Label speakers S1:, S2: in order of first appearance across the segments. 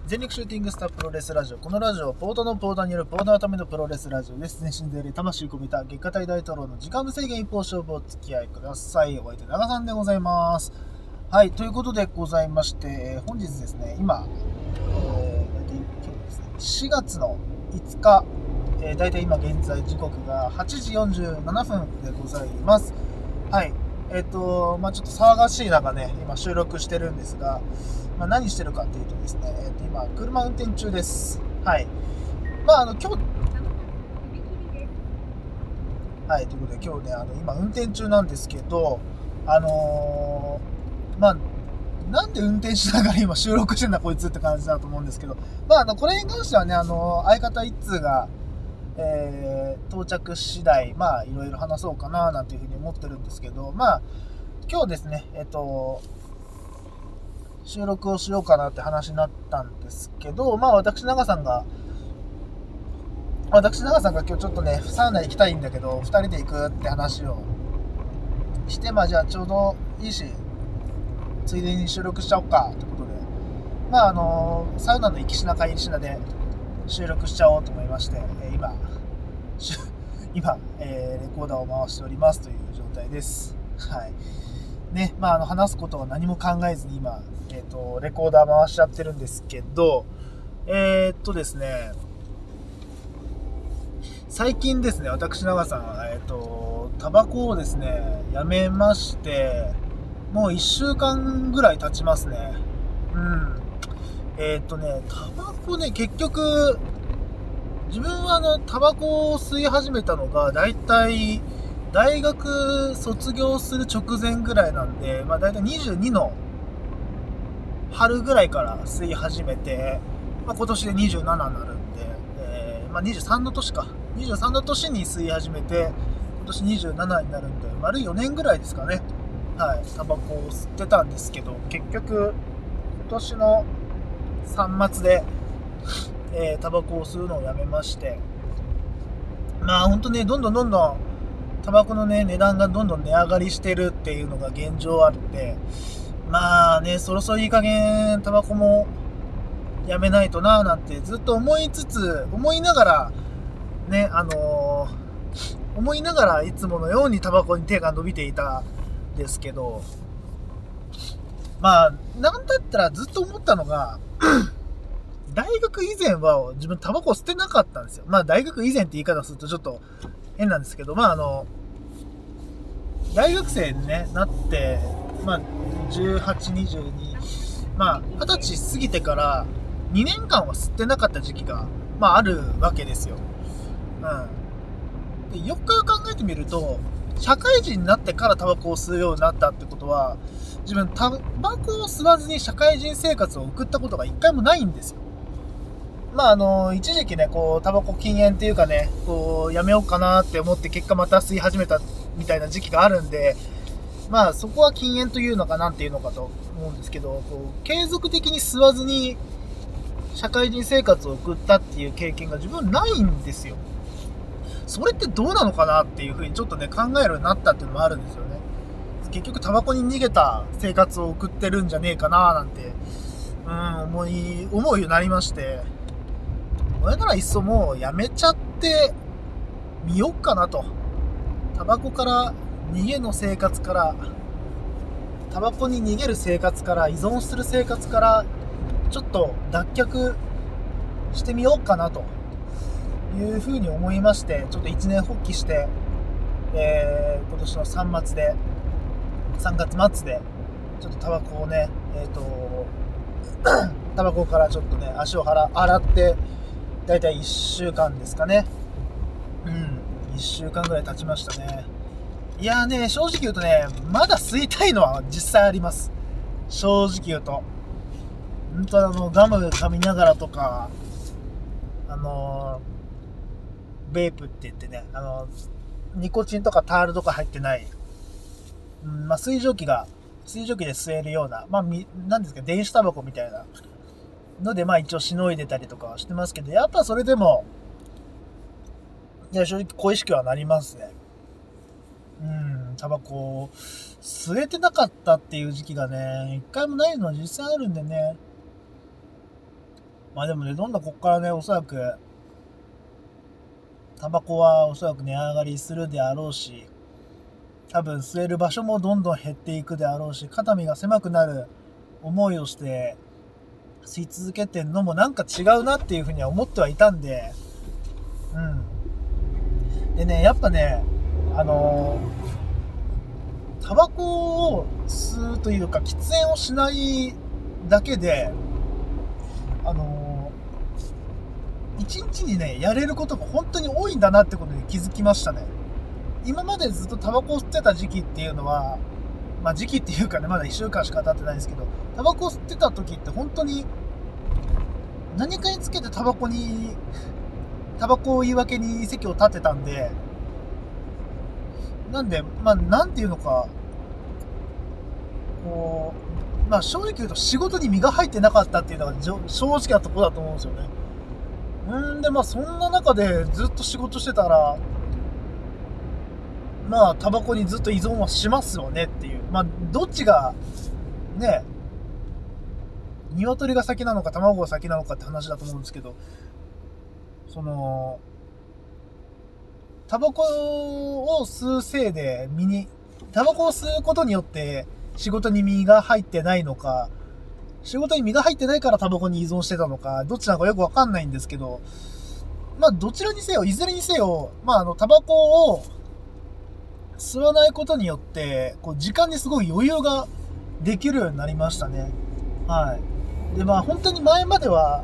S1: 全力シューティングスタープロレスラジオ。このラジオはポーターのポーターによるポーターのためのプロレスラジオです。全身全霊魂込めた月下大大統領の時間無制限一方勝負お付き合いください。お相手長さんでございます。はい、ということでございまして、本日ですね、今、今日ですね、4月の5日、大体今現在時刻が8時47分でございます。はい、ちょっと騒がしい中ね、今収録してるんですが、何してるかっていうとですね、今、車運転中です。はい。今日、はい、ということで今日ね、今運転中なんですけど、なんで運転しながら今収録してんだこいつって感じだと思うんですけど、これに関してはね、相方一通が、到着次第、いろいろ話そうかななんていうふうに思ってるんですけど、今日ですね、収録をしようかなって話になったんですけど、私長さんが今日ちょっとね、サウナ行きたいんだけど、2人で行くって話をして、じゃあちょうどいいし、ついでに収録しちゃおうかってことで、サウナの行きしな帰りしなで収録しちゃおうと思いまして、今、レコーダーを回しておりますという状態です。はい。ね、話すことは何も考えずに今、レコーダー回しちゃってるんですけど、ですね、最近ですね、私長さんは、タバコをですね、やめまして、もう1週間ぐらい経ちますね。タバコね、結局、自分はタバコを吸い始めたのが、だいたい大学卒業する直前ぐらいなんで、だいたい22の春ぐらいから吸い始めて、今年で27になるんで、23の年か。23の年に吸い始めて、今年27になるんで、丸4年ぐらいですかね。はい、タバコを吸ってたんですけど、結局、今年の3末で、タバコを吸うのをやめまして、ほんとね、どんどんタバコのね、値段がどんどん値上がりしてるっていうのが現状あって、そろそろいい加減タバコもやめないとなーなんてずっと思いながらね、思いながらいつものようにタバコに手が伸びていたんですけど、なんだったらずっと思ったのが、大学以前は自分タバコを捨てなかったんですよ。大学以前って言い方をするとちょっと変なんですけど、大学生に、ね、なって、18、22、20歳過ぎてから2年間は吸ってなかった時期が、あるわけですよ。でよくよく考えてみると、社会人になってからタバコを吸うようになったってことは、自分タバコを吸わずに社会人生活を送ったことが一回もないんですよ。一時期ね、タバコ禁煙っていうかね、やめようかなって思って結果また吸い始めたみたいな時期があるんで、そこは禁煙というのかなんていうのかと思うんですけど、継続的に吸わずに社会人生活を送ったっていう経験が自分ないんですよ。それってどうなのかなっていうふうにちょっとね、考えるようになったっていうのもあるんですよね。結局タバコに逃げた生活を送ってるんじゃねえかななんて、思うようになりまして、これならいっそもうやめちゃってみよっかなと。タバコから逃げの生活から、タバコに逃げる生活から、依存する生活からちょっと脱却してみようかなというふうに思いまして、ちょっと一年発起して、今年の3月末でちょっとタバコをね、タバコからちょっとね、足を洗ってだいたい1週間ですかね。1週間ぐらい経ちましたね。いやーね、正直言うとね、まだ吸いたいのは実際あります。正直言うと。本当ガム噛みながらとか、ベープって言ってね、ニコチンとかタールとか入ってない、水蒸気で吸えるような、なんですか、電子タバコみたいなので、一応しのいでたりとかはしてますけど、やっぱそれでも、いや、正直恋しくはなりますね。タバコ吸えてなかったっていう時期がね、一回もないのは実際あるんでね。 まあでもね、どんどんここからね、おそらく、タバコはおそらく値上がりするであろうし、多分吸える場所もどんどん減っていくであろうし、肩身が狭くなる思いをして吸い続けてんのもなんか違うなっていうふうには思ってはいたんで、でね、やっぱね、タバコを吸うというか、喫煙をしないだけで、一日にね、やれることが本当に多いんだなってことに気づきましたね。今までずっとタバコを吸ってた時期っていうのは、まあ時期っていうかね、まだ1週間しか経ってないんですけど、タバコを吸ってた時って本当に何かにつけてタバコを言い訳に席を立てたんで、なんで、まあなんていうのか、こう、まあ正直言うと仕事に身が入ってなかったっていうのが正直なところだと思うんですよね。で、まあそんな中でずっと仕事してたら、まあタバコにずっと依存はしますよねっていう。まあどっちが、ね、鶏が先なのか卵が先なのかって話だと思うんですけど、タバコを吸うせいでタバコを吸うことによって仕事に身が入ってないのか、仕事に身が入ってないからタバコに依存してたのか、どっちなのかよくわかんないんですけど、まあどちらにせよ、いずれにせよ、まあタバコを吸わないことによって、こう時間にすごい余裕ができるようになりましたね。はい。で、まあ本当に前までは、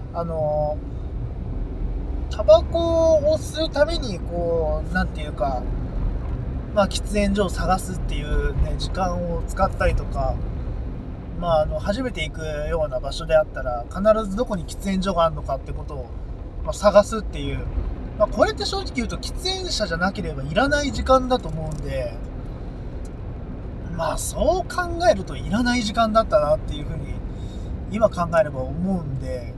S1: タバコを吸うために、こう、なんていうか、まあ喫煙所を探すっていうね、時間を使ったりとか、まあ初めて行くような場所であったら、必ずどこに喫煙所があるのかってことを、まあ、探すっていう、まあこれって正直言うと喫煙者じゃなければいらない時間だと思うんで、まあそう考えるといらない時間だったなっていうふうに今考えれば思うんで、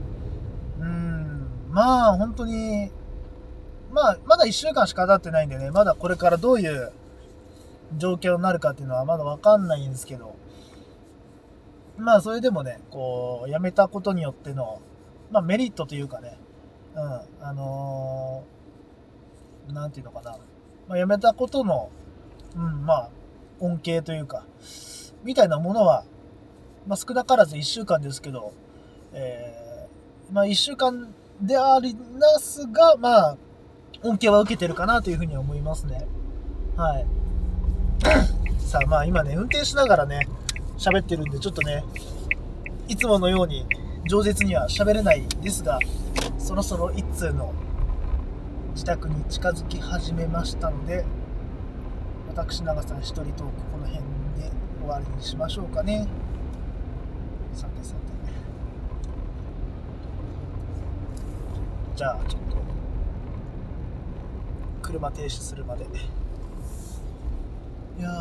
S1: まあ本当に、まあまだ1週間しか経ってないんでね、まだこれからどういう状況になるかっていうのはまだわかんないんですけど、まあそれでもね、こう、辞めたことによっての、まあメリットというかね、なんていうのかな、まあ、辞めたことの、まあ、恩恵というか、みたいなものは、まあ少なからず1週間ですけど、まあ1週間でありますが、まあ、恩恵は受けてるかなというふうには思いますね。はい。さあまあ今ね、運転しながらね、喋ってるんで、ちょっとね、いつものように饒舌には喋れないですが、そろそろ一通の自宅に近づき始めましたので、私長さん一人トークこの辺で終わりにしましょうかね。さてさて、じゃあちょっと車停止するまで。いや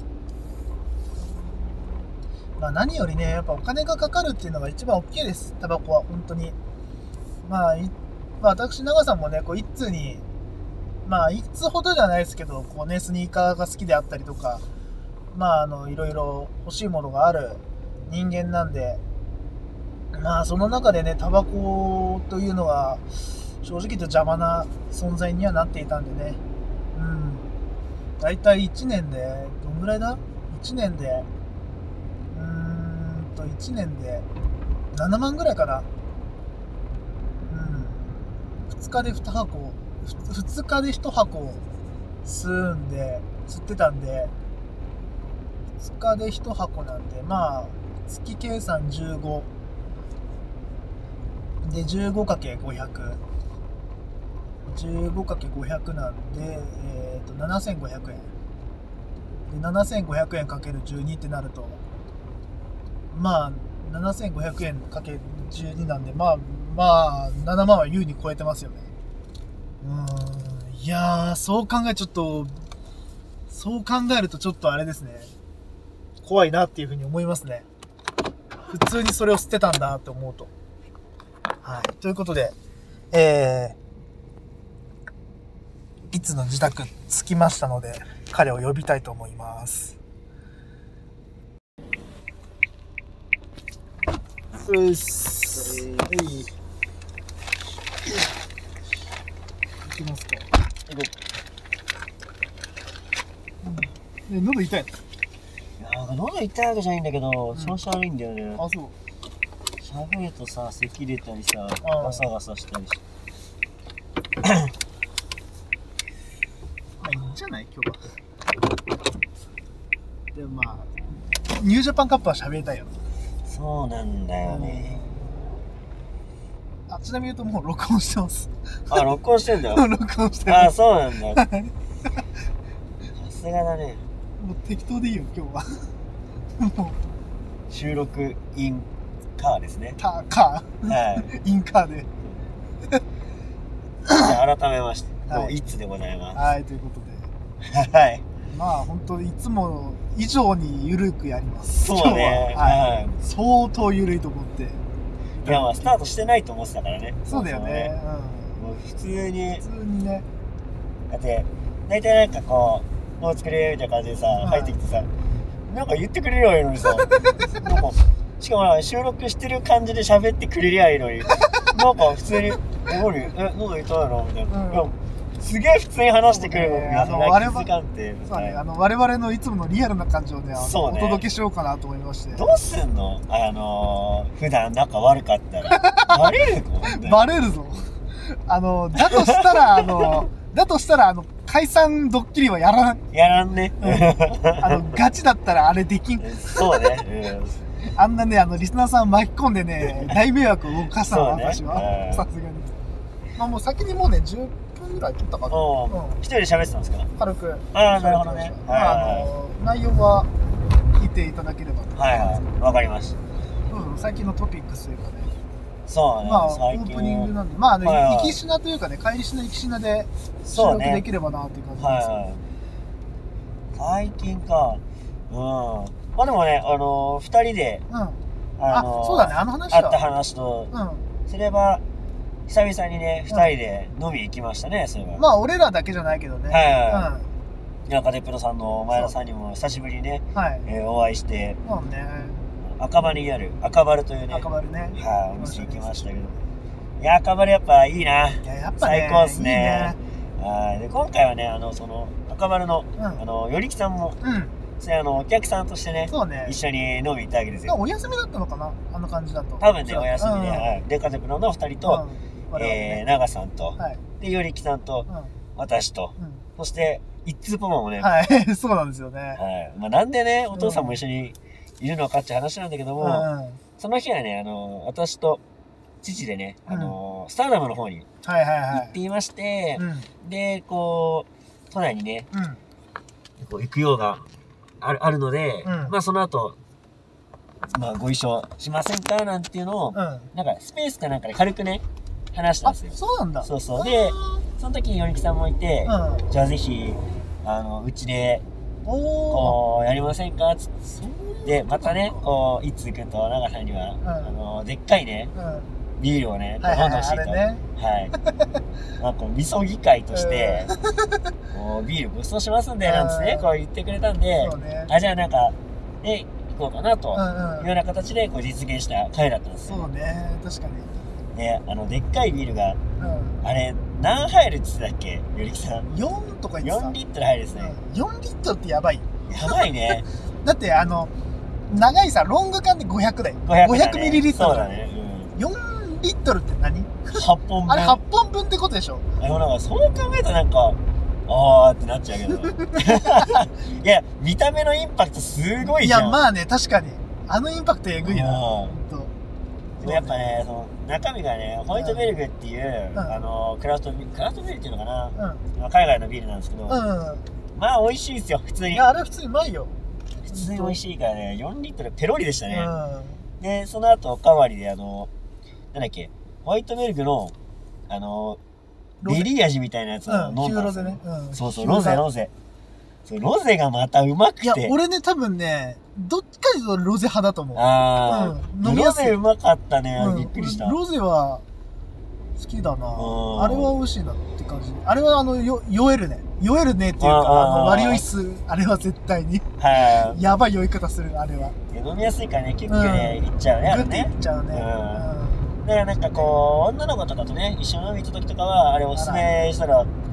S1: まあ何よりね、やっぱお金がかかるっていうのが一番大きいです、タバコは本当に。まあ、私長さんもね、こう一通に、まあ一通ほどではないですけど、こうね、スニーカーが好きであったりとか、まあいろいろ欲しいものがある人間なんで、まあその中でね、タバコというのは正直言うと邪魔な存在にはなっていたんでね。だいたい1年でどんぐらいだ ?1 年で1年で7万ぐらいかな。2日で2箱2日で1箱吸ってたんで、2日で1箱なんで、まあ月計算15で 15×500 15×500 なんで、7500円で、7500円かける12ってなると、まあ7500円かける12なんで、まあ7万は優に超えてますよね。いやー、そう考えるとちょっとあれですね、怖いなっていうふうに思いますね。普通にそれを捨てたんだって思うと。はい。ということで、いつの自宅着きましたので、彼を呼びたいと思います。うっす。 喉痛い
S2: なんか喉痛いわけじゃないんだけど、調子悪いんだよね。
S1: あ、そう。
S2: 喋るとさ、咳出たりさ、ガサガサしたりして。
S1: まあいいんじゃない今日は。でもまあニュージャパンカップは喋りたいよ。
S2: そうなんだよね。
S1: あ、ちなみに言うともう録音してます。
S2: あ、録音してんだよ。
S1: 録音してます。
S2: あ、そうなんだ。さすがだね。
S1: もう適当でいいよ今日は。もう
S2: 収録インカーですね。
S1: カー。
S2: はい。
S1: インカーで。
S2: じゃあ改めまして、
S1: はい、
S2: どういつでございます。
S1: はい、ということ
S2: で。はい。
S1: まあ本当いつも以上にゆるくやります。
S2: そうね。
S1: はい。相当ゆるいと思って。
S2: いやまあスタートしてないと思ってたからね。
S1: そうだよね。
S2: もう普通に
S1: ね。
S2: だって大体なんかこうもう作れみたいな感じでさ、入ってきてさ、なんか言ってくれりゃいいのにさ、なんかしかも収録してる感じで喋ってくれりゃいいのに、なんか普通に喉痛いのみたいな。すげえ普通に話してくれるのに、我
S1: 々のいつものリアルな感じをね、お届けしようかなと思いまして。
S2: どうすんの？普段仲悪かったらバレるの？
S1: バレるぞ。だとしたら解散ドッキリはやらんね。ガチだったらあれできん。
S2: そうね。
S1: あんなねリスナーさん巻き込んでね大迷惑を動かしたの私はさすがに。まあもう先にもうね10分ぐらい撮ったかな。
S2: 一人で喋ってたんですか？
S1: 軽く。
S2: ああ、なるほどね。
S1: 内容は聞いていただければ。
S2: はいはい、わかりました。
S1: 最近のトピックスというかね。
S2: そうね。
S1: まあオープニングなんで、まあ行きしなというかね、帰りしな行きしなで収録できればなっていう感じです。
S2: 最近か。まあでもね、2人で、
S1: そうだね、話
S2: あった話とすれば、久々にね、2人で飲み行きましたね、それは。
S1: まあ、俺らだけじゃないけどね。
S2: 中手プロさんの前田さんにも久しぶりにね、お会いして、赤羽にある、赤羽というね、お店行きましたけど。いや、赤羽やっぱいいな。最高っすね。で、今回はね、その、赤羽の、よりきさんも、お客さんとしてね、一緒に飲み行ったわけですよ。
S1: お休みだったのかな、あの感じだと。
S2: 多分ね、お休みで、で、カテプロの2人と、長さんと、で、よりきさんと、私と、そして、一通パマもね。
S1: はい、そうなんですよね。
S2: まあ、なんでね、お父さんも一緒にいるのかって話なんだけども、その日はね、私と父でね、スターダムの方に行っていまして、で、こう、都内にね、行くようがあるので、まあその後、まあご一緒しませんかなんていうのを、なんかスペースかなんかで軽くね、話したんですよ。
S1: そうなんだ。
S2: そうそう。で、その時によりきさんもいて、じゃあぜひ、うちで、こう、やりませんかつって。で、またね、こう、いつくんと長さんには、でっかいね、ビールをね、飲んでほしいと。はい。なんか、みそ議会として、ビールごちそうしますんで、なんつってね、こう言ってくれたんで、じゃあなんか、ね、行こうかな、というような形で、こう実現した回だったんですよ。
S1: そうね、確かに。
S2: ね、でっかいビールが、あれ、何入るって言ってたっけ、よりきさん。
S1: 4とか言ってた。
S2: 4リットル入るですね。
S1: 4リットルってやばい。
S2: やばいね。
S1: だって、長いさ、ロング缶で500だよ。500ミリリットル。
S2: そうだね。
S1: 4リットルって何
S2: ?8 本分。
S1: あれ8本分ってことでしょ。
S2: でもなんか、そう考えるとなんか、あーってなっちゃうけど。いや、見た目のインパクトすごいじゃん。
S1: いや、まあね、確かに。インパクトえぐいな。
S2: やっぱね、その中身がね、ホワイトベルグっていう、クラフトビールっていうのかな、海外のビールなんですけど、まあ美味しいですよ、普通に。
S1: いや、あれ普通にうまいよ。
S2: 普通に美味しいからね、4リットルペロリでしたね。で、その後、おかわりで、なんだっけ、ホワイトベルグの、ベリー味みたいなやつを飲んだんですよ。
S1: ロゼね。
S2: そうそう、ロゼ。ロゼがまたうまくて。
S1: いや、俺ね、多分ね、どっちかというとロゼ派だと思う。
S2: 飲みやすい。ロゼうまかったね。びっくりした。
S1: ロゼは好きだな。あれは美味しいなって感じ。あれは酔えるね。酔えるねっていうか、割り酔いす、あれは絶対に。やばい酔い方する、あれは。
S2: 飲みやすいからね、結構ね、いっちゃうね。
S1: グッていっちゃうね。
S2: だからなんかこう、女の子とかとね、一緒に飲み行った時とかは、あれおすすめしたら、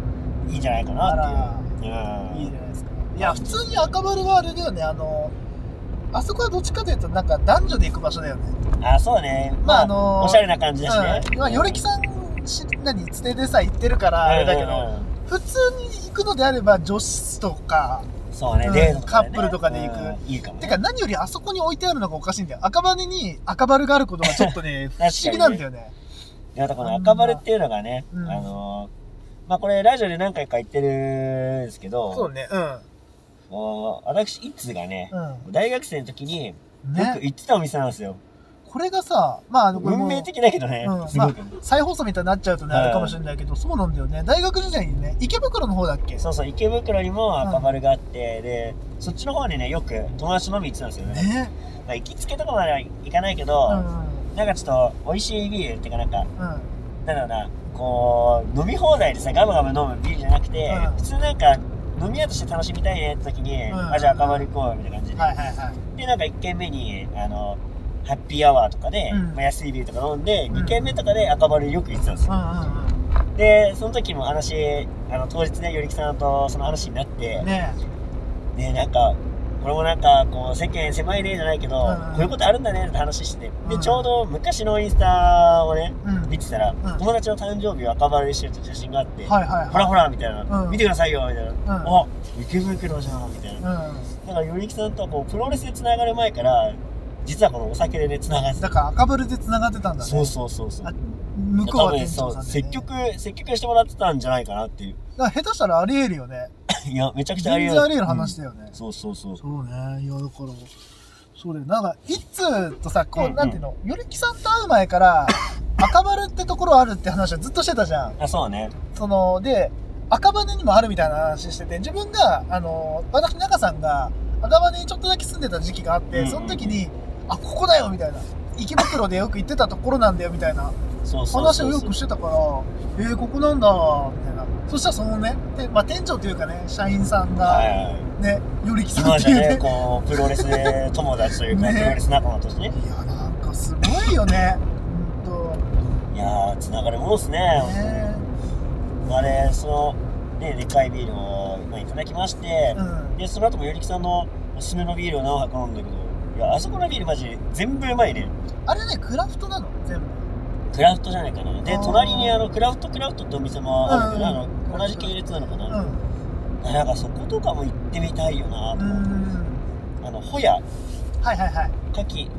S2: いいんじゃないかなっていう。
S1: いいじゃないですか。いや普通に赤羽はあれだよね、あそこはどっちかというとなんか男女で行く場所だよね。
S2: あ、そうね。まあ、おしゃれな感じだしね。
S1: まあ、よりきさんつてでさ行ってるからあれだけど、普通に行くのであれば女子とか、
S2: そうね、デートとかね、
S1: カップルとかで行く。
S2: いいかもね。
S1: てか何よりあそこに置いてあるのがおかしいんだよ。赤羽に赤羽があることがちょっとね、不思議なんだよね。
S2: いや、だからこの赤羽っていうのがね、まあこれラジオで何回か言ってるんですけど、
S1: そうね、
S2: 私、いつがね、大学生の時によく行ってたお店なんですよ。
S1: これがさ、まあ、
S2: 運命的だけどね、すごく。
S1: 再放送みたいになっちゃうとね、あれかもしれないけど、そうなんだよね。大学時代にね、池袋の方だっけ？
S2: そうそう、池袋にも赤羽があって、で、そっちの方にね、よく友達と飲み行ってたんですよね。まあ行きつけとかまでは行かないけど、なんかちょっと美味しいビールっていうかなんか、なんだろうな、こう、飲み放題でさ、ガブガブ飲むビールじゃなくて、普通なんか、飲み屋として楽しみたいねって時に、じゃあ赤羽行こうよみたいな感じで。で、なんか1軒目に、ハッピーアワーとかで、安いビールとか飲んで、2軒目とかで赤羽によく行ってたんですよ。で、その時も話、当日ね、よりきさんとその話になって、で、なんか、これもなんか、こう、世間狭いねじゃないけど、こういうことあるんだねって話してて、で、ちょうど昔のインスタをね、見てたら、友達の誕生日を赤羽にしてるって写真があって、ほらほらみたいな、見てくださいよみたいな、あ、池袋じゃんみたいな。だから、よりきさんとはこう、プロレスで繋がる前から、実はこのお酒でね、繋がってた。
S1: だから赤羽で繋がってたんだね。
S2: そう。
S1: 向こうは店長さんで、
S2: 積極してもらってたんじゃないかなっていう。
S1: だから下手したらあり得るよね。
S2: いや、めちゃくちゃあり得る。
S1: 全然あり得る話だよね。
S2: そう。
S1: そうね。いや、だから、そうだよ。なんか、一通とさ、こう、なんていうの、よりきさんと会う前から、赤羽ってところあるって話はずっとしてたじゃん。
S2: あ、そうね。
S1: で、赤羽にもあるみたいな話してて、自分が、私、中さんが、赤羽にちょっとだけ住んでた時期があって、その時に、あ、ここだよみたいな。池袋でよく行ってたところなんだよみたいな話をよくしてたから、ここなんだ、みたいな。そしたらそのね、まあ店長というかね、社員さんが、ね、よりきさんっていうね。
S2: 今じゃね、こう、プロレス友達というか、プロレス仲間としてね。
S1: いや、なんかすごいよね。
S2: いやー、繋がるもんっすね。あれ、その、ね、でっかいビールをいただきまして、で、その後もよりきさんのおすすめのビールを何杯か飲んだけど、いや、あそこのビールマジ全部うまいね。あ
S1: れね、クラフトなの全部。
S2: クラフトじゃないかな。で、隣にクラフトってお店もあるけど、同じ系列なのかな。なんかそことかも行ってみたいよなと思って。ホヤ。牡蠣、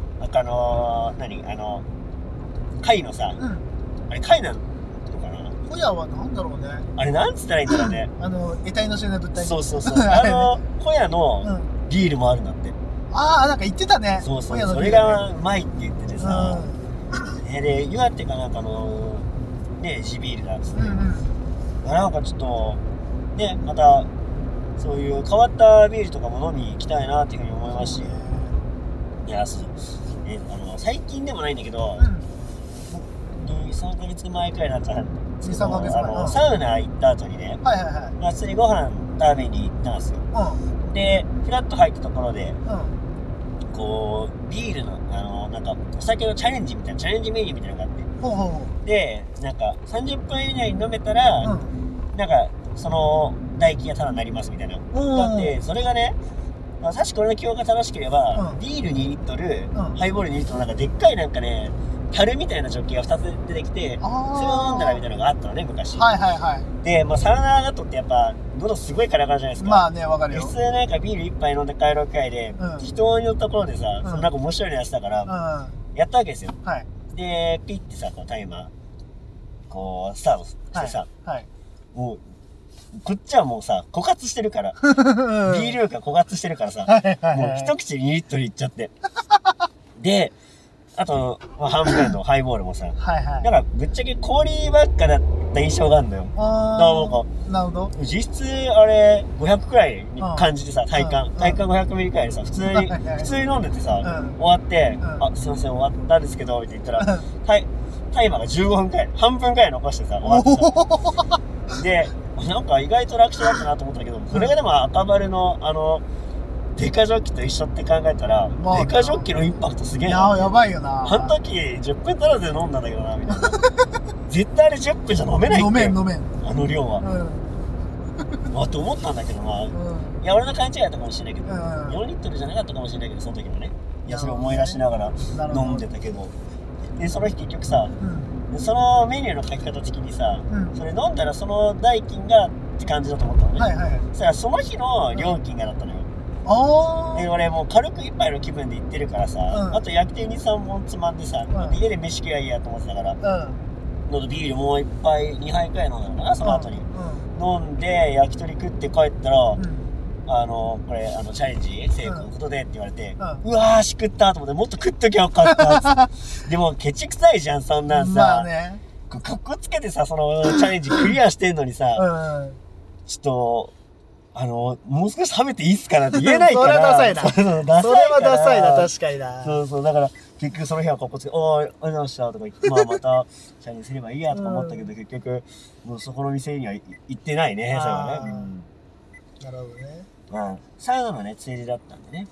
S2: 貝のさ、あれ貝なのかな。
S1: ホヤはなんだろうね。
S2: あれなんつったらいいんだろうね。
S1: 得体の知れない物体。
S2: そう。ホヤのビールもあるんだって。
S1: ああ、なんか言ってたね。
S2: そう。それがうまいって言っててさ。で、岩手かなんかの、ね、地ビールなんですね。なんかちょっと、ね、また、そういう変わったビールとかも飲みに行きたいなっていうふうに思いますし。いや、そう。最近でもないんだけど、2、3ヶ月前くらいになったら、サウナ行った後にね、普通にご飯食べに行ったんですよ。で、フラッと入ったところで、こう、ビールの、なんか、お酒のチャレンジメニューみたいなのがあって。で、なんか、30分以内に飲めたら、なんか、その、代金がただになりますみたいな。だって、それがね、確か俺の記憶が正しければ、ビール2リットル、ハイボール2リットル、なんかでっかいなんかね、樽みたいなジョッキが2つ出てきて、それを飲んだらみたいなのがあったのね、昔。で、まあ、サウナーだとってやっぱ、喉すごいカラカラじゃないですか。
S1: まあね、わかるよ。
S2: 普通なんかビール1杯飲んで帰ろうくらいで、人によったところでさ、そのなんか面白いのやつだから、やったわけですよ。で、ピッてさ、こうタイマー、こう、スタートしてさ、もう、こっちはもうさ、枯渇してるから、ビールが枯渇してるからさ、もう一口2リットルいっちゃって。で、あと、まあ、半分のハイボールもさ、だからぶっちゃけ氷ばっかだった印象があるのよ。
S1: なるほど。
S2: 実質、あれ、500くらいに感じてさ、体感500ミリくらいでさ、普通に飲んでてさ、終わって、あ、すいません、終わったんですけど、って言ったら、タイマーが15分くらい、半分くらい残してさ、終わってさ。で、なんか意外と楽勝だったなと思ったけど、それがでも赤丸の、デカジョッキと一緒って考えたら、デカジョッキのインパクトすげえな。
S1: やばいよな。
S2: あの時10分足らずで飲んだんだけどな、みたいな。絶対あれ10分じゃ飲めないって。
S1: 飲めん。
S2: あの量は。 と思ったんだけどな、いや俺の勘違いだったかもしれないけど、4リットルじゃなかったかもしれないけど、その時もね、いやそれ思い出しながら飲んでたけど、でその日結局さ、そのメニューの書き方的にさ、それ飲んだらその代金がって感じだと思ったのね。そしたらその日の料金がだったのよ。で俺もう軽く一杯の気分で行ってるからさ、あと焼き鳥 2,3 本つまんでさ、家で飯食えばいいやと思ってたから、ビールもう一杯2杯くらい飲んだのかな、その後に。飲んで焼き鳥食って帰ったら、これチャレンジ成功のことでって言われて、うわーし食ったと思って、もっと食っときゃよかったっつって。でもケチくさいじゃん、そんなんさ。かっこつけてさ、そのチャレンジクリアしてんのにさ、ちょっともう少し食べていいっすかなって言えないから。それはダサいな。それはダサいな、確かにな。そうそう、だから結局その日はかっこつけて、ありがとうございましたとか言って、またチャレンジすればいいやとか思ったけど、結局もうそこの店には行ってないね、それはね。
S1: なるほどね。
S2: サウナのね、ついでだったんでね。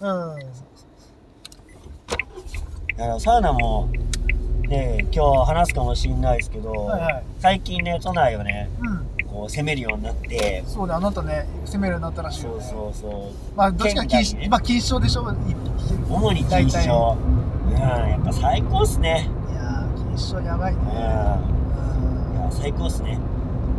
S2: だからサウナも、ね、今日話すかもしんないですけど、最近ね、都内をね、こう攻めるようになって。
S1: そうね、あなたね、攻めるようになったらしいよね。
S2: そう。
S1: まあ、どっちか錦糸町でしょ。
S2: 主に錦糸町。やっぱ最高っすね。
S1: いやー、錦糸町やばいね。い
S2: や、最高っすね。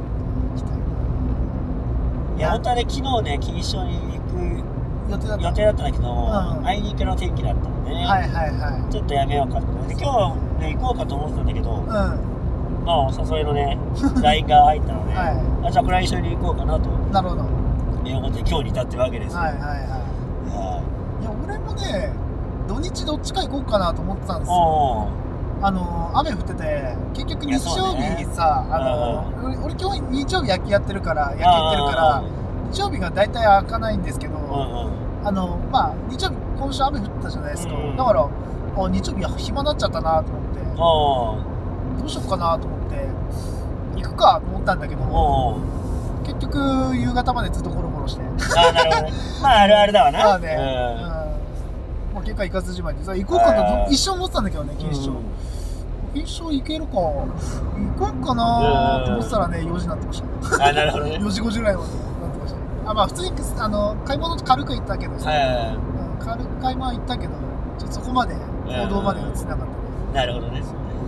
S2: いや、本当はね、昨日ね、錦糸町に行く予定だったんだけど、あいにくの天気だったのでね、ちょっとやめようかって。今日ね、行こうかと思ってたんだけど、まあ、お誘いのね、LINE が入ったので、じゃあこれは一緒に行こうかなと。
S1: なるほど。
S2: いうことで今日に至ってるわけですよ。いや、
S1: 俺もね、土日どっちか行こうかなと思ってたんですよ。雨降ってて、結局日曜日さ、俺今日日曜日野球やってるから、日曜日が大体開かないんですけど、まあ、日曜日今週雨降ったじゃないですか。だから、日曜日暇になっちゃったなと思って、どうしようかなと思って、行くかと思ったんだけど、結局夕方までずっとゴロゴロして。
S2: なるほどね。まあ、あるあるだわな。
S1: まあね。もう結果行かずじまいでさ、行こうかと一生思ってたんだけどね、錦糸町。錦糸町行けるか、行こうかなと思ってたらね、4時になってました。
S2: なるほどね。
S1: 4時5時ぐらいまでなってました。まあ普通に買い物軽く行ったけどさ、軽く買い物行ったけど、ちょっとそこまで行動まで移せなかったね。
S2: なるほどね。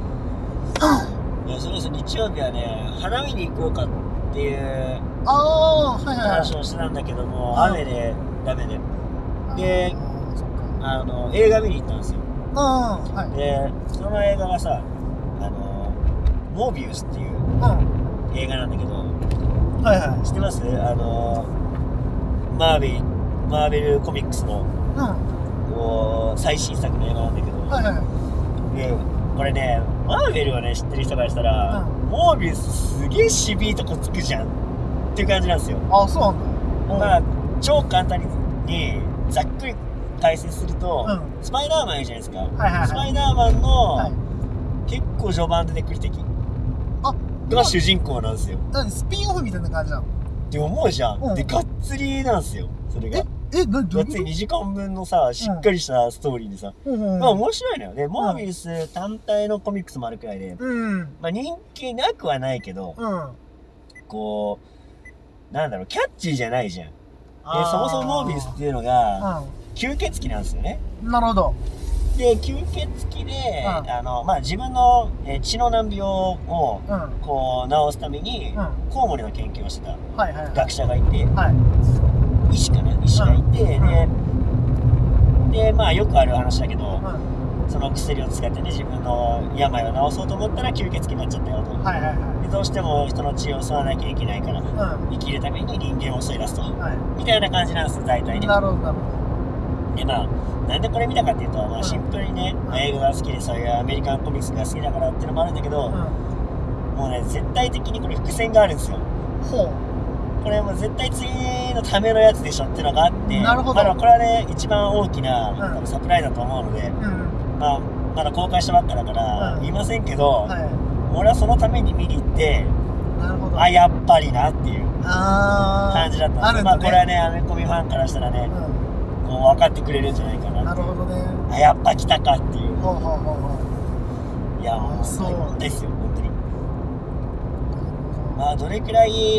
S2: それこそ日曜日はね、花見に行こうかっていう話をしてたんだけども、雨でダメで。で、映画見に行ったんですよ。で、その映画がさ、モービウスっていう映画なんだけど、知ってます？マーベルコミックスの最新作の映画なんだけど、でこれね、マーベルをね知ってる人からしたら、モービウスすげえしびいとこつくじゃんっていう感じなんですよ。
S1: あ、そうなんだ。
S2: まあ超簡単にざっくり解説すると、スパイダーマンいるじゃないですか。スパイダーマンの結構序盤で出てくる敵が主人公なんですよ。
S1: スピンオフみたいな感じなの
S2: って思うじゃん。で、がっつりなんですよ、それが。がっつり2時間分のさ、しっかりしたストーリーでさ。まあ面白いのよね。モービウス単体のコミックスもあるくらいで、まあ人気なくはないけど、こう、なんだろう、キャッチーじゃないじゃん。で、そもそもモービウスっていうのが、吸血鬼なんですよね。
S1: なるほど。
S2: で、吸血鬼で、まあ自分の血の難病を、こう、治すために、コウモリの研究をしてた学者がいて、医師かな、医師がいて、で、まあよくある話だけど、その薬を使ってね、自分の病を治そうと思ったら吸血鬼になっちゃったよと。で、どうしても人の血を吸わなきゃいけないから、生きるために人間を吸い出すと。みたいな感じなんですよ、大体ね。
S1: なるほど、なるほど。
S2: で、まあ、なんでこれ見たかっていうと、まあシンプルにね、映画が好きで、そういうアメリカンコミックスが好きだからっていうのもあるんだけど、もうね、絶対的にこれ伏線があるんですよ。これもう絶対次のためのやつでしょっていうのがあって、
S1: なるほど。
S2: まだこれはね、一番大きな多分サプライズだと思うので、まあ、まだ公開したばっかだから言いませんけど、俺はそのために見に行って、あ、やっぱりなっていう感じだったんです。まあこれはね、アメコミファンからしたらね、こう分かってくれるんじゃないかな。
S1: なるほどね。
S2: あ、やっぱ来たかっていう。いや、もう最高ですよ、本当に。まあどれくらい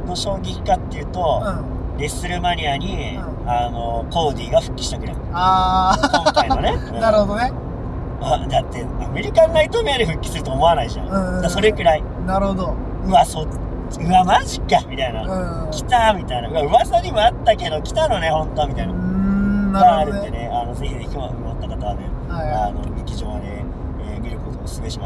S2: の衝撃かっていうと、レッスルマニアに、コーディが復帰したぐらい。今回のね。
S1: なるほどね。
S2: だってアメリカンナイトメアで復帰すると思わないじゃん。それくらい。
S1: なるほど。
S2: うわマジかみたいな。来たみたいな。噂にもあったけど来たのね本当みたいな。があるんでね、ぜひぜひ興味持った方はね、劇場で見ることをお勧めします。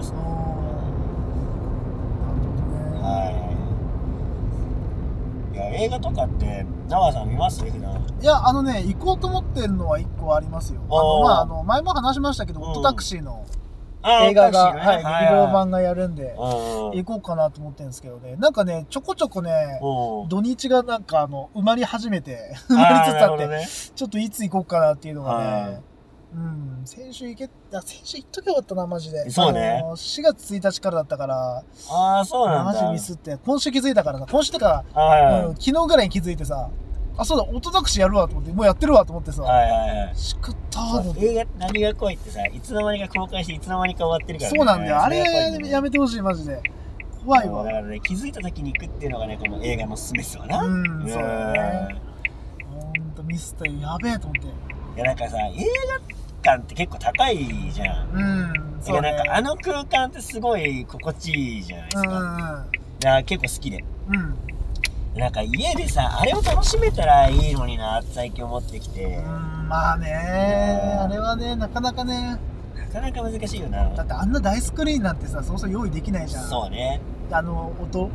S2: いや、映画とかって長さん見ます普段？
S1: いや、行こうと思ってるのは一個ありますよ。前も話しましたけど、オットタクシーの映画が、劇場版がやるんで、行こうかなと思ってるんですけどね。なんかね、ちょこちょこね、土日がなんか埋まり始めて、埋まりつつあって、ちょっといつ行こうかなっていうのがね、先週行っとけばよかったな、マジで。
S2: そうね。
S1: 4月1日からだったから、
S2: そうなんだ。
S1: マジミスって、今週気づいたからさ、昨日ぐらいに気づいてさ、そうだ、オットタクシーやるわと思って、もうやってるわと思ってさ、しくったーと思って。
S2: 映画何が怖いってさ、いつの間にか公開していつの間にか終わってるからね。
S1: そうなんだよ。あれやめてほしい、マジで。怖いわ。
S2: だからね、気づいた時に行くっていうのがね、この映画のすべすわな。
S1: そうだね。ほんとミスったよ。やべえと思って。
S2: いや、なんかさ、映画館って結構高いじゃん。そうね。なんか空間ってすごい心地いいじゃないですか。いや、結構好きで。なんか家でさ、あれを楽しめたらいいのになって最近思ってきて。
S1: まあね、あれはね、なかなかね。
S2: なかなか難しいよな。
S1: だってあんな大スクリーンなんてさ、そうそう用意できないじゃん。
S2: そうね。
S1: 音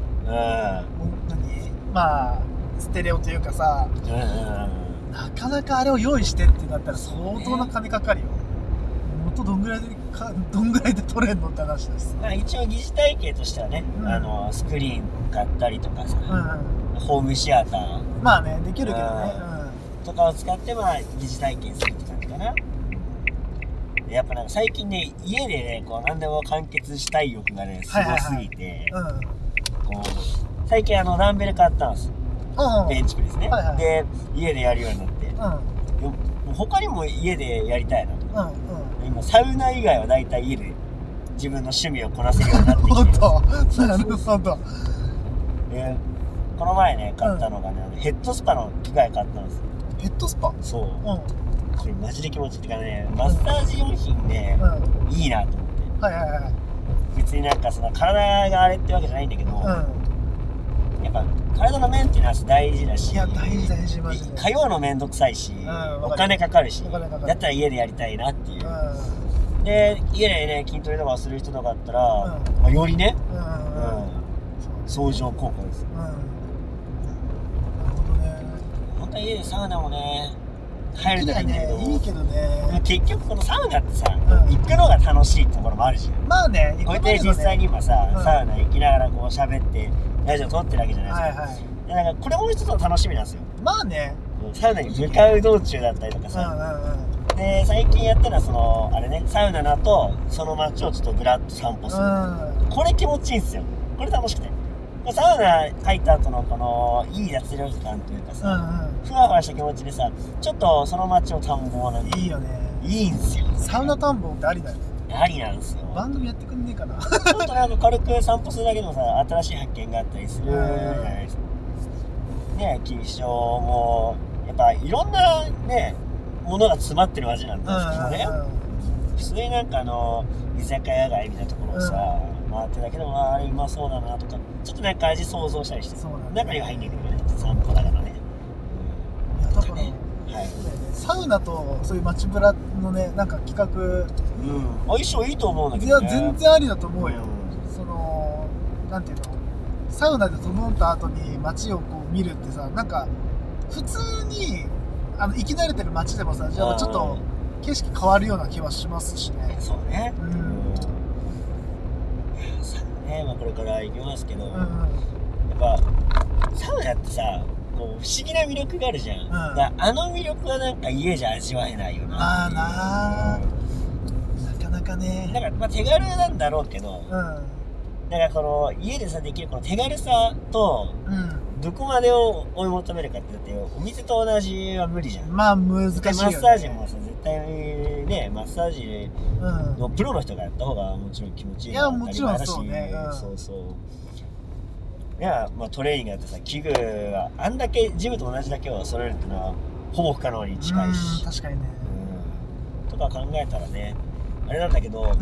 S1: ステレオというかさ、なかなかあれを用意してってなったら相当な金かかるよ。音どんぐらいで撮れんのって話です。
S2: 一応疑似体験としてはね、スクリーン買ったりとかさ、ホームシアター
S1: まあねできるけどね、
S2: とかを使って疑似体験するって感じかな。やっぱなんか最近ね、家でねこう何でも完結したい欲がねすごすぎて、最近ダンベル買ったんです。ベンチプレスね。で家でやるようになって、他にも家でやりたいなと。今サウナ以外はだいたい家で自分の趣味をこなせるようになってきて。
S1: なるほど。
S2: この前ね買ったのがね、ヘッドスパの機械買ったんですよ。
S1: ヘッドスパ？
S2: そう。これマジで気持ちいいってかね、マッサージ用品ね、いいなと思って。別になんかその体があれってわけじゃないんだけど、やっぱ体のメンテナンス大事だし、
S1: いや大事マジで。
S2: 通うのめんどくさいし、お金かかるし、だったら家でやりたいなっていう。で家でね筋トレとかする人とかだったら、よりね、相乗効果です。
S1: なるほどね。
S2: 本当は家でサウナもね入るといいんだけど、
S1: いいけどね。
S2: 結局このサウナってさ、行くのが楽しいところもあるじゃん。
S1: まあね、
S2: こうやって実際に今さ、サウナ行きながらこう喋ってラジオ撮ってるわけじゃないですか。だからこれも一つの楽しみなんですよ。
S1: まあね。
S2: サウナに向かう道中だったりとかさ。で最近やったのはあれね、サウナの後その街をちょっとぶらっと散歩する。これ気持ちいいんですよ。これ楽しくて。サウナ入った後のこのいい脱力感というかさ、ふわふわした気持ちでさ、ちょっとその街を探訪なんて
S1: いいよね。い
S2: いんすよ。
S1: サウナ探訪ってありだよね。
S2: ありなんですよ。
S1: 番組やってくんねえかな。
S2: ちょっとなんか軽く散歩するだけでもさ、新しい発見があったりするじゃないですか。ね、錦糸町もやっぱいろんなねものが詰まってる街なんですけどね。普通になんか居酒屋街みたいなところをさ、回ってたけど、あれうまそうだなとか、ちょっとなんか味想像したりして、中には入んねえけどね、散歩だからね。
S1: いやだからね、サウナとそういう街ブラのね、なんか企画、
S2: 相性いいと思うんだけどね。
S1: いや全然ありだと思うよ。なんていうの、サウナで整った後に街をこう見るってさ、なんか普通に生き慣れてる街でもさ、じゃあちょっと景色変わるような気はしますしね。
S2: そうね。これから行きますけど、やっぱサウナってさ、こう不思議な魅力があるじゃん。魅力はなんか家じゃ味わえないよな。
S1: まあなかなかね。
S2: だから手軽なんだろうけど、なんかこの家でさできるこの手軽さと、どこまでを追い求めるかってだってお店と同じは無理じゃん。
S1: まあ難しいよね。
S2: マッサージもさ絶対ね、マッサージのプロの人がやった方がもちろん気持ちいいのは当たり前だし、そうそう。 いや、まあ、トレーニングやってさ、器具はあんだけジムと同じだけを揃えるっていうのはほぼ不可能に近いし、
S1: 確かにね、
S2: とか考えたらねあれなんだけど、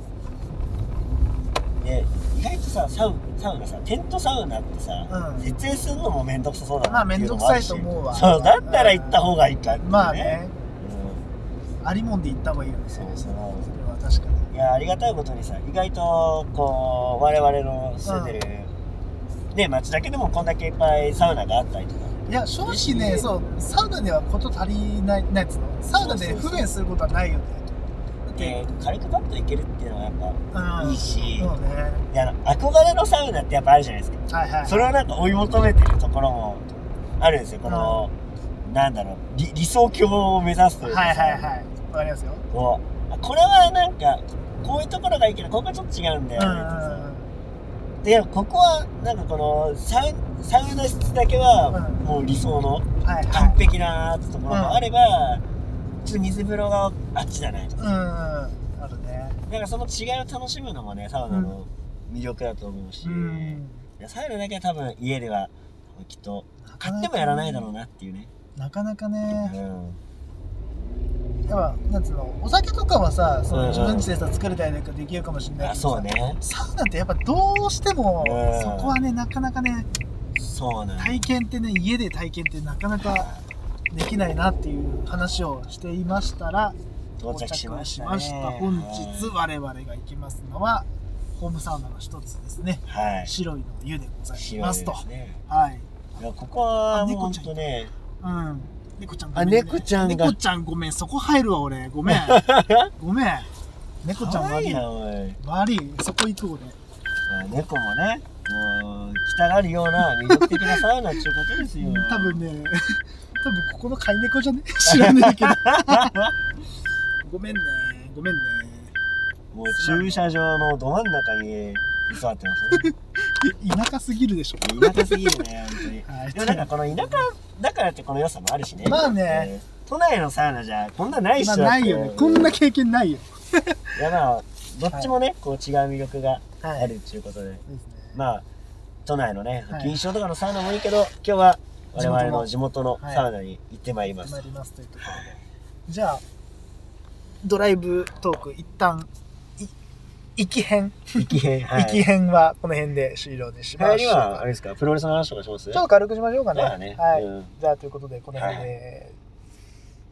S2: で意外とさサウナさ、テントサウナってさ、設営するのも面倒くさそうだなっていうのもあるし、
S1: まあ面倒くさいと思うわ。
S2: そうだったら行った方がいいかっていうね。
S1: まあね、ありもんで行った方がいいよね。それは確かに。
S2: いや、ありがたいことにさ、意外とこう我々の住んでる、ね、町だけでもこんだけいっぱいサウナがあったりとか。
S1: いや、正直ね、そう、サウナではこと足りない、なんつうの、サウナで不便することはないよね。
S2: で、軽くパッと行けるっていうのはやっぱいいし、
S1: そうね。
S2: で、憧れのサウナってやっぱあるじゃないですか。
S1: はいはい。
S2: それをなんか追い求めてるところもあるんですよ。この、なんだろう、理想郷を目指すというか。
S1: はいはいはい。わかりますよ。
S2: これはなんか、こういうところがいいけど、ここはちょっと違うんだよね。で、ここはなんかこのサウナ室だけはもう理想の完璧なところもあれば、ちょっと水風呂があっちだねとか、
S1: あるね。
S2: なんかその違いを楽しむのもね、サウナの魅力だと思うし、いやサウナだけは多分家ではきっと買ってもやらないだろうなっていうね。
S1: なかなかね、やっぱなんつうの、お酒とかはさ、その自分家でさ作れたりとかできるかもしれないけどさ、サウナってやっぱどうしてもそこはね、なかなかね、体験ってね、家で体験ってなかなかできないなっていう話をしていましたら、
S2: 到着しましたね。
S1: 本日我々が行きますのはホームサウナの一つですね、白いの湯でございますと。はい。
S2: いや、ここはもうほんとね、
S1: 猫ちゃん、
S2: 猫ちゃんが。
S1: 猫ちゃんごめん、そこ入るわ俺。ごめん。ごめん。猫ちゃん悪い。悪い。そこ行く俺。
S2: 猫もね、もう、来たがるような魅力的なサウナっていうことですよ。
S1: 多分ここの飼い猫じゃね知らねえけど。ごめんね。ごめんね。
S2: もう駐車場のど真ん中に居座ってますね。
S1: 田舎すぎるでしょ。
S2: 田舎すぎるね、本当に。でもなんかこの田舎だからってこの良さもあるしね。
S1: まあね。
S2: 都内のサウナじゃこんなないっしょ。
S1: ないよね。こんな経験ないよ。
S2: いやまあ、どっちもね、こう違う魅力があるっていうことで。まあ、都内のね、錦糸町とかのサウナもいいけど、今日は我々の地元のサウナに行ってまいります。
S1: というところで。じゃあ、ドライブトーク一旦、行き編はこの辺で終了にしましょう。
S2: 帰りはあれですか、プロレスの話とかします？
S1: ちょっと軽くしましょうかね。
S2: はい。
S1: じゃあということでこの辺で